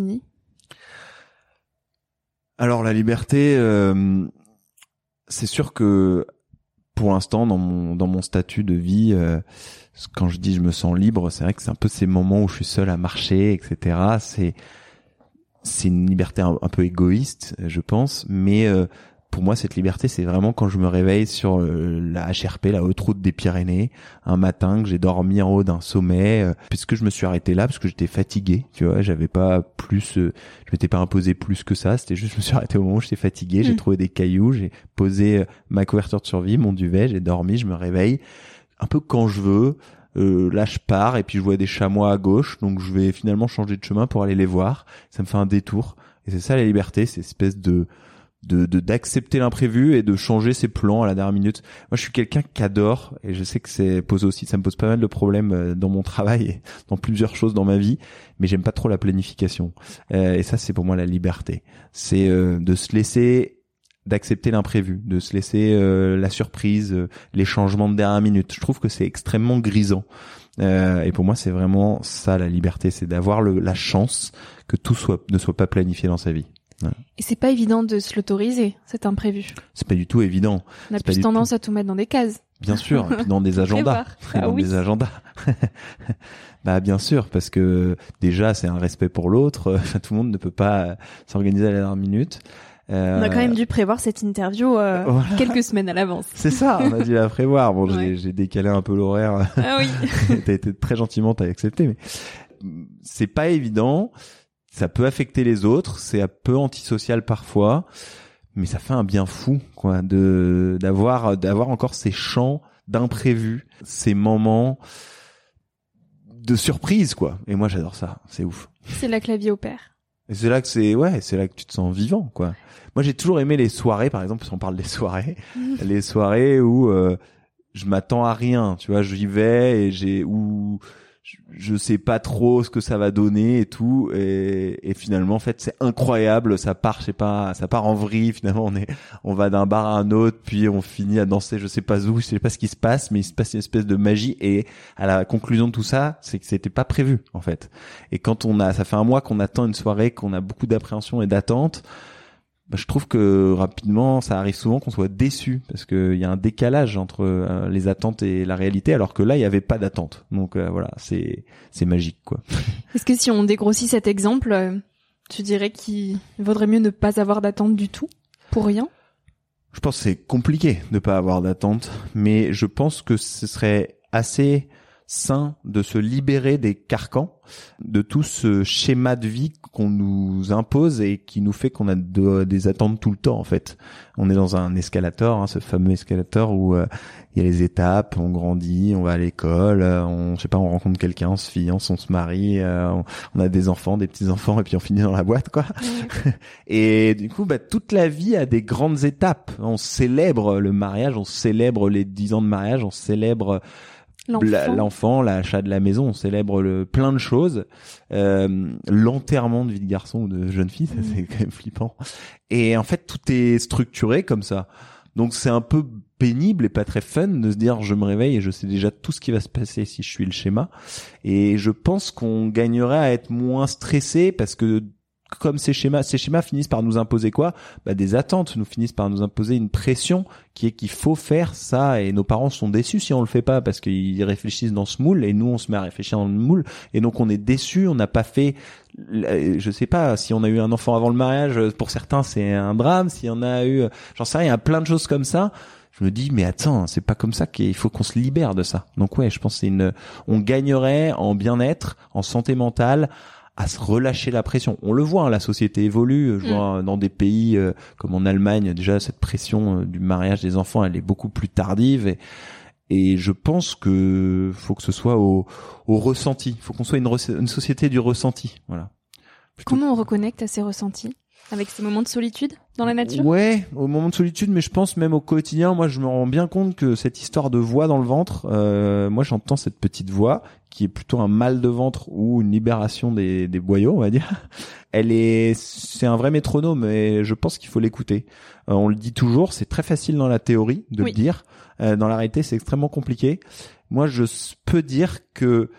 S2: Alors la liberté, euh, c'est sûr que pour l'instant dans mon dans mon statut de vie, euh, quand je dis je me sens libre, c'est vrai que c'est un peu ces moments où je suis seul à marcher, et cetera. C'est c'est une liberté un, un peu égoïste, je pense, mais euh, pour moi, cette liberté, c'est vraiment quand je me réveille sur euh, la H R P, la haute route des Pyrénées, un matin que j'ai dormi en haut d'un sommet, euh, puisque je me suis arrêté là parce que j'étais fatigué, tu vois, j'avais pas plus, euh, je m'étais pas imposé plus que ça, c'était juste je me suis arrêté au moment où j'étais fatigué, mmh. j'ai trouvé des cailloux, j'ai posé euh, ma couverture de survie, mon duvet, j'ai dormi, je me réveille un peu quand je veux. Euh, là je pars et puis je vois des chamois à gauche, donc je vais finalement changer de chemin pour aller les voir. Ça me fait un détour et c'est ça la liberté, c'est une espèce de de de d'accepter l'imprévu et de changer ses plans à la dernière minute. Moi je suis quelqu'un qui adore, et je sais que c'est pose aussi ça me pose pas mal de problèmes dans mon travail et dans plusieurs choses dans ma vie, mais j'aime pas trop la planification. Euh, et ça c'est pour moi la liberté. C'est euh, de se laisser d'accepter l'imprévu, de se laisser euh, la surprise, euh, les changements de dernière minute. Je trouve que c'est extrêmement grisant. Euh, et pour moi, c'est vraiment ça la liberté, c'est d'avoir le, la chance que tout soit ne soit pas planifié dans sa vie. Ouais.
S1: Et c'est pas évident de se l'autoriser, cet imprévu.
S2: C'est pas du tout évident.
S1: On a plus tendance tout... à tout mettre dans des cases.
S2: Bien sûr, et puis dans des agendas.
S1: Ah,
S2: dans
S1: oui.
S2: des agendas. Bah bien sûr, parce que déjà c'est un respect pour l'autre. Enfin, tout le monde ne peut pas s'organiser à la dernière minute.
S1: Euh... On a quand même dû prévoir cette interview euh, voilà. quelques semaines à l'avance.
S2: C'est ça, on a dû la prévoir. Bon, ouais. j'ai, j'ai décalé un peu l'horaire.
S1: Ah oui.
S2: T'as été très gentiment, t'as accepté, mais c'est pas évident. Ça peut affecter les autres, c'est un peu antisocial parfois, mais ça fait un bien fou, quoi, de d'avoir d'avoir encore ces champs d'imprévus, ces moments de surprise, quoi. Et moi, j'adore ça, c'est ouf.
S1: C'est là que la vie opère.
S2: Et c'est là que c'est ouais, c'est là que tu te sens vivant, quoi. Moi, j'ai toujours aimé les soirées, par exemple, si on parle des soirées, les soirées où euh, je m'attends à rien, tu vois, j'y vais et j'ai où je, je sais pas trop ce que ça va donner et tout, et, et finalement, en fait, c'est incroyable, ça part, je sais pas, ça part en vrille. Finalement, on est, on va d'un bar à un autre, puis on finit à danser, je sais pas où, je sais pas ce qui se passe, mais il se passe une espèce de magie. Et à la conclusion de tout ça, c'est que c'était pas prévu, en fait. Et quand on a, ça fait un mois qu'on attend une soirée, qu'on a beaucoup d'appréhension et d'attente. Bah, je trouve que rapidement, ça arrive souvent qu'on soit déçu parce qu'il y a un décalage entre euh, les attentes et la réalité, alors que là, il n'y avait pas d'attente. Donc euh, voilà, c'est c'est magique, quoi.
S1: Est-ce que si on dégrossit cet exemple, euh, tu dirais qu'il vaudrait mieux ne pas avoir d'attente du tout, pour rien ?
S2: Je pense que c'est compliqué de pas avoir d'attente, mais je pense que ce serait assez sain de se libérer des carcans, de tout ce schéma de vie qu'on nous impose et qui nous fait qu'on a de, des attentes tout le temps, en fait. On est dans un escalator, hein, ce fameux escalator où euh, il y a les étapes, on grandit, on va à l'école, on, je sais pas, on rencontre quelqu'un, on se fiance, on se marie, euh, on, on a des enfants, des petits-enfants, et puis on finit dans la boîte, quoi. Mmh. Et du coup, bah, toute la vie a des grandes étapes. On célèbre le mariage, on célèbre les dix ans de mariage, on célèbre L'enfant. l'enfant, l'achat de la maison, on célèbre le, plein de choses, euh, l'enterrement de vie de garçon ou de jeune fille, ça mmh. c'est quand même flippant. Et en fait, tout est structuré comme ça. Donc c'est un peu pénible et pas très fun de se dire je me réveille et je sais déjà tout ce qui va se passer si je suis le schéma. Et je pense qu'on gagnerait à être moins stressé parce que comme ces schémas, ces schémas finissent par nous imposer quoi ? Bah, des attentes, nous finissent par nous imposer une pression qui est qu'il faut faire ça, et nos parents sont déçus si on le fait pas parce qu'ils réfléchissent dans ce moule et nous on se met à réfléchir dans le moule et donc on est déçus, on n'a pas fait, je sais pas, si on a eu un enfant avant le mariage, pour certains c'est un drame, si on a eu, j'en sais rien, il y a plein de choses comme ça. Je me dis, mais attends, c'est pas comme ça qu'il faut qu'on se libère de ça. Donc ouais, je pense que c'est une, on gagnerait en bien-être, en santé mentale, à se relâcher la pression. On le voit, hein, la société évolue. Je vois mmh. dans des pays euh, comme en Allemagne, déjà cette pression euh, du mariage des enfants, elle est beaucoup plus tardive. Et, et je pense que faut que ce soit au, au ressenti. Il faut qu'on soit une, re- une société du ressenti. Voilà. Plutôt...
S1: Comment on reconnecte à ces ressentis ? Avec ces moments de solitude dans la nature ?
S2: Ouais, au moment de solitude, mais je pense même au quotidien. Moi, je me rends bien compte que cette histoire de voix dans le ventre, euh, moi, j'entends cette petite voix qui est plutôt un mal de ventre ou une libération des, des boyaux, on va dire. Elle est, c'est un vrai métronome et je pense qu'il faut l'écouter. Euh, on le dit toujours, c'est très facile dans la théorie de oui. le dire. Euh, dans la réalité, c'est extrêmement compliqué. Moi, je peux dire que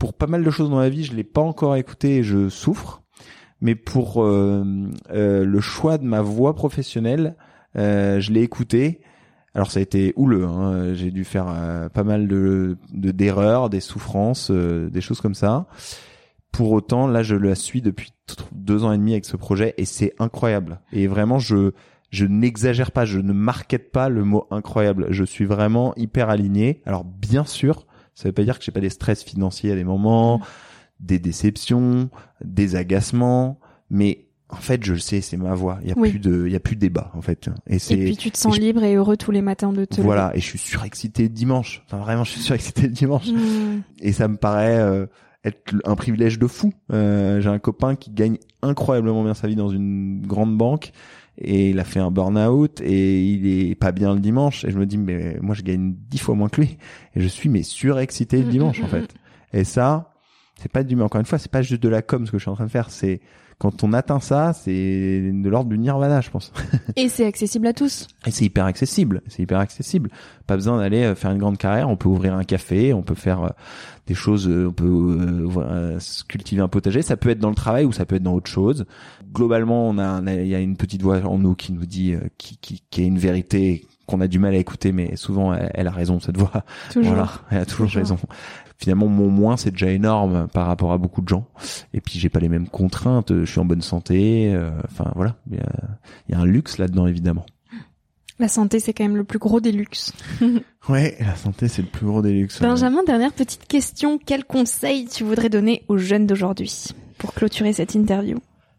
S2: pour pas mal de choses dans ma vie, je l'ai pas encore écouté et je souffre. Mais pour euh, euh, le choix de ma voie professionnelle, euh, je l'ai écouté. Alors ça a été houleux, hein. J'ai dû faire euh, pas mal de, de d'erreurs, des souffrances, euh, des choses comme ça. Pour autant, là, je la suis depuis t- deux ans et demi avec ce projet et c'est incroyable. Et vraiment, je je n'exagère pas, je ne markete pas le mot incroyable. Je suis vraiment hyper aligné. Alors bien sûr, ça veut pas dire que j'ai pas des stress financiers à des moments, des déceptions, des agacements, mais en fait, je le sais, c'est ma voix. Il y a
S1: oui.
S2: plus de, il y a plus de débat, en fait. Et c'est.
S1: Et puis tu te sens et libre je... et heureux tous les matins de te
S2: Voilà.
S1: lever.
S2: Et je suis surexcité le dimanche. Enfin, vraiment, je suis surexcité le dimanche.
S1: Mmh.
S2: Et ça me paraît euh, être un privilège de fou. Euh, j'ai un copain qui gagne incroyablement bien sa vie dans une grande banque. Et il a fait un burn-out et il est pas bien le dimanche. Et je me dis, mais moi, je gagne dix fois moins que lui. Et je suis, mais surexcité le dimanche, mmh. en fait. Et ça, c'est pas du, mais encore une fois, c'est pas juste de la com ce que je suis en train de faire. C'est, quand on atteint ça, c'est de l'ordre du nirvana, je pense.
S1: Et c'est accessible à tous.
S2: Et c'est hyper accessible. C'est hyper accessible. Pas besoin d'aller faire une grande carrière. On peut ouvrir un café, on peut faire des choses, on peut euh, cultiver un potager. Ça peut être dans le travail ou ça peut être dans autre chose. Globalement, on a, il y a une petite voix en nous qui nous dit, qui, qui, qui est une vérité qu'on a du mal à écouter, mais souvent elle, elle a raison, cette voix.
S1: Toujours.
S2: Voilà, elle a toujours, toujours. raison. Finalement, mon moins, c'est déjà énorme par rapport à beaucoup de gens. Et puis, j'ai pas les mêmes contraintes. Je suis en bonne santé. Euh, enfin, voilà. Il y a, il y a un luxe là-dedans, évidemment.
S1: La santé, c'est quand même le plus gros des luxes.
S2: Ouais, la santé, c'est le plus gros des luxes.
S1: Benjamin,
S2: ouais.
S1: Dernière petite question. Quel conseil tu voudrais donner aux jeunes d'aujourd'hui pour clôturer cette interview?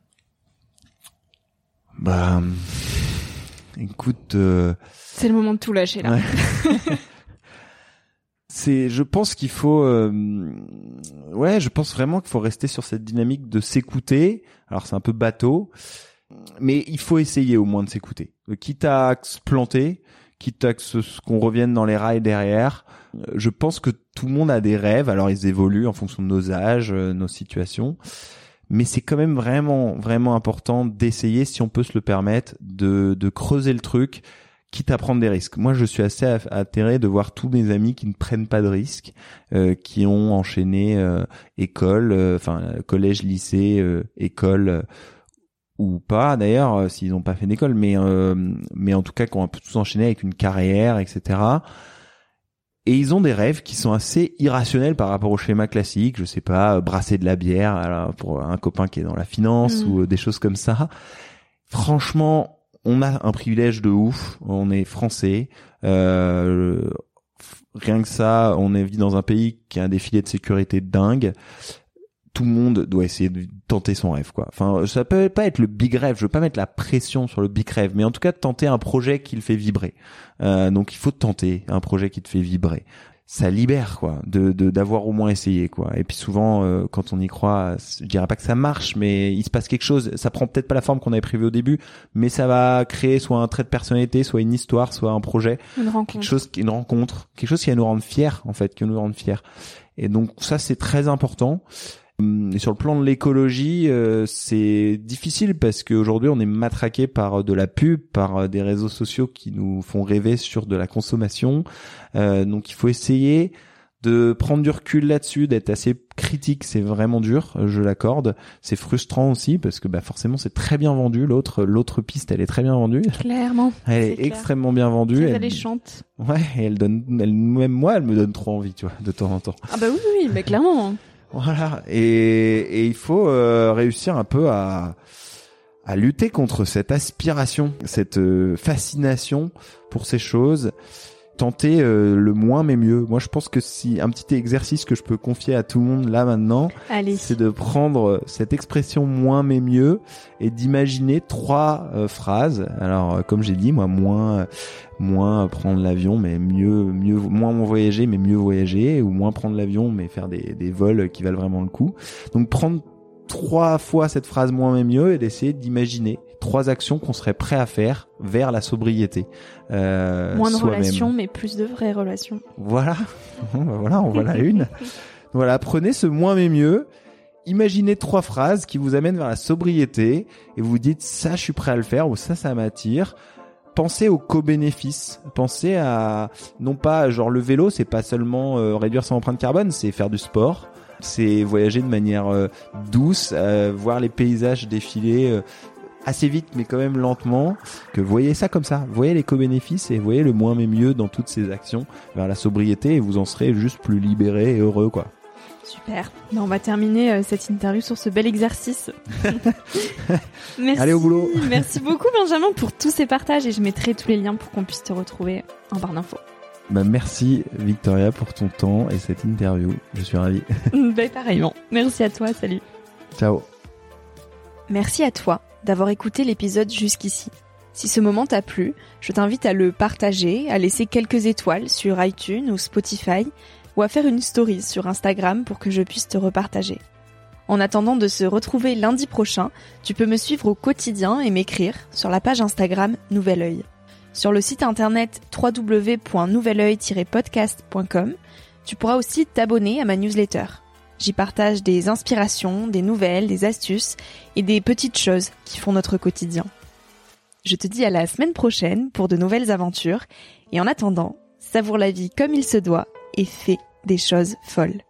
S2: Bah, écoute... Euh...
S1: C'est le moment de tout lâcher, là.
S2: Ouais. C'est, je pense qu'il faut, euh, ouais, je pense vraiment qu'il faut rester sur cette dynamique de s'écouter. Alors c'est un peu bateau, mais il faut essayer au moins de s'écouter. Quitte à se planter, quitte à ce, ce qu'on revienne dans les rails derrière. Je pense que tout le monde a des rêves. Alors ils évoluent en fonction de nos âges, nos situations. Mais c'est quand même vraiment, vraiment important d'essayer, si on peut se le permettre, de, de creuser le truc. Quitte à prendre des risques. Moi, je suis assez atterré de voir tous mes amis qui ne prennent pas de risques, euh, qui ont enchaîné euh, école, euh, enfin collège, lycée, euh, école euh, ou pas d'ailleurs, euh, s'ils n'ont pas fait d'école, mais euh, mais en tout cas qui ont un peu tous enchaîné avec une carrière, et cetera. Et ils ont des rêves qui sont assez irrationnels par rapport au schéma classique. Je sais pas, brasser de la bière alors, pour un copain qui est dans la finance mmh. ou des choses comme ça. Franchement. On a un privilège de ouf, on est français, euh, rien que ça, on est vit dans un pays qui a un défilé de sécurité dingue. Tout le monde doit essayer de tenter son rêve, quoi. Enfin, ça peut pas être le big rêve, je veux pas mettre la pression sur le big rêve, mais en tout cas de tenter un projet qui le fait vibrer. Euh, donc il faut tenter un projet qui te fait vibrer. Ça libère, quoi, de, de d'avoir au moins essayé, quoi. Et puis souvent, euh, quand on y croit, je dirais pas que ça marche, mais il se passe quelque chose. Ça prend peut-être pas la forme qu'on avait prévue au début, mais ça va créer soit un trait de personnalité, soit une histoire, soit un projet,
S1: une rencontre,
S2: quelque chose, une rencontre, quelque chose qui va nous rendre fiers, en fait, qui va nous rendre fiers. Et donc ça, c'est très important. Et sur le plan de l'écologie, euh, c'est difficile parce qu'aujourd'hui on est matraqué par de la pub, par des réseaux sociaux qui nous font rêver sur de la consommation. Euh, donc il faut essayer de prendre du recul là-dessus, d'être assez critique. C'est vraiment dur, je l'accorde. C'est frustrant aussi parce que bah forcément c'est très bien vendu. L'autre, l'autre piste, elle est très bien vendue.
S1: Clairement.
S2: Elle est, est
S1: clair.
S2: extrêmement bien vendue.
S1: Très
S2: elle
S1: alléchante.
S2: Ouais, et elle donne, elle, même moi, elle me donne trop envie, tu vois, de temps en temps.
S1: Ah bah oui, oui, mais clairement.
S2: Voilà, et, et il faut euh, réussir un peu à, à lutter contre cette aspiration, cette euh, fascination pour ces choses, tenter euh, le moins mais mieux. Moi, je pense que si un petit exercice que je peux confier à tout le monde là maintenant,
S1: Allez.
S2: c'est de prendre cette expression moins mais mieux et d'imaginer trois euh, phrases. Alors, euh, comme j'ai dit, moi, moins, euh, moins prendre l'avion, mais mieux, mieux, moins voyager, mais mieux voyager, ou moins prendre l'avion, mais faire des, des vols qui valent vraiment le coup. Donc, prendre trois fois cette phrase moins mais mieux et d'essayer d'imaginer trois actions qu'on serait prêt à faire vers la sobriété. Euh,
S1: Moins de
S2: soi-même.
S1: relations, mais plus de vraies relations.
S2: Voilà, voilà, on voilà une. Voilà, prenez ce moins mais mieux. Imaginez trois phrases qui vous amènent vers la sobriété et vous dites ça, je suis prêt à le faire ou ça, ça m'attire. Pensez aux co-bénéfices. Pensez à non pas genre le vélo, c'est pas seulement euh, réduire son empreinte carbone, c'est faire du sport. C'est voyager de manière euh, douce, euh, voir les paysages défiler euh, assez vite mais quand même lentement, que voyez ça comme ça, voyez les co-bénéfices et voyez le moins mais mieux dans toutes ces actions vers la sobriété et vous en serez juste plus libéré et heureux quoi.
S1: Super. Ben, on va terminer euh, cette interview sur ce bel exercice. Merci.
S2: Allez au boulot.
S1: Merci beaucoup Benjamin pour tous ces partages et je mettrai tous les liens pour qu'on puisse te retrouver en barre d'infos.
S2: Bah merci Victoria pour ton temps et cette interview. Je suis ravi.
S1: Ben pareillement. Merci à toi. Salut.
S2: Ciao.
S1: Merci à toi d'avoir écouté l'épisode jusqu'ici. Si ce moment t'a plu, je t'invite à le partager, à laisser quelques étoiles sur iTunes ou Spotify ou à faire une story sur Instagram pour que je puisse te repartager. En attendant de se retrouver lundi prochain, tu peux me suivre au quotidien et m'écrire sur la page Instagram Nouvel Oeil. Sur le site internet w w w point nouvel oeil tiret podcast point com, tu pourras aussi t'abonner à ma newsletter. J'y partage des inspirations, des nouvelles, des astuces et des petites choses qui font notre quotidien. Je te dis à la semaine prochaine pour de nouvelles aventures et en attendant, savoure la vie comme il se doit et fais des choses folles.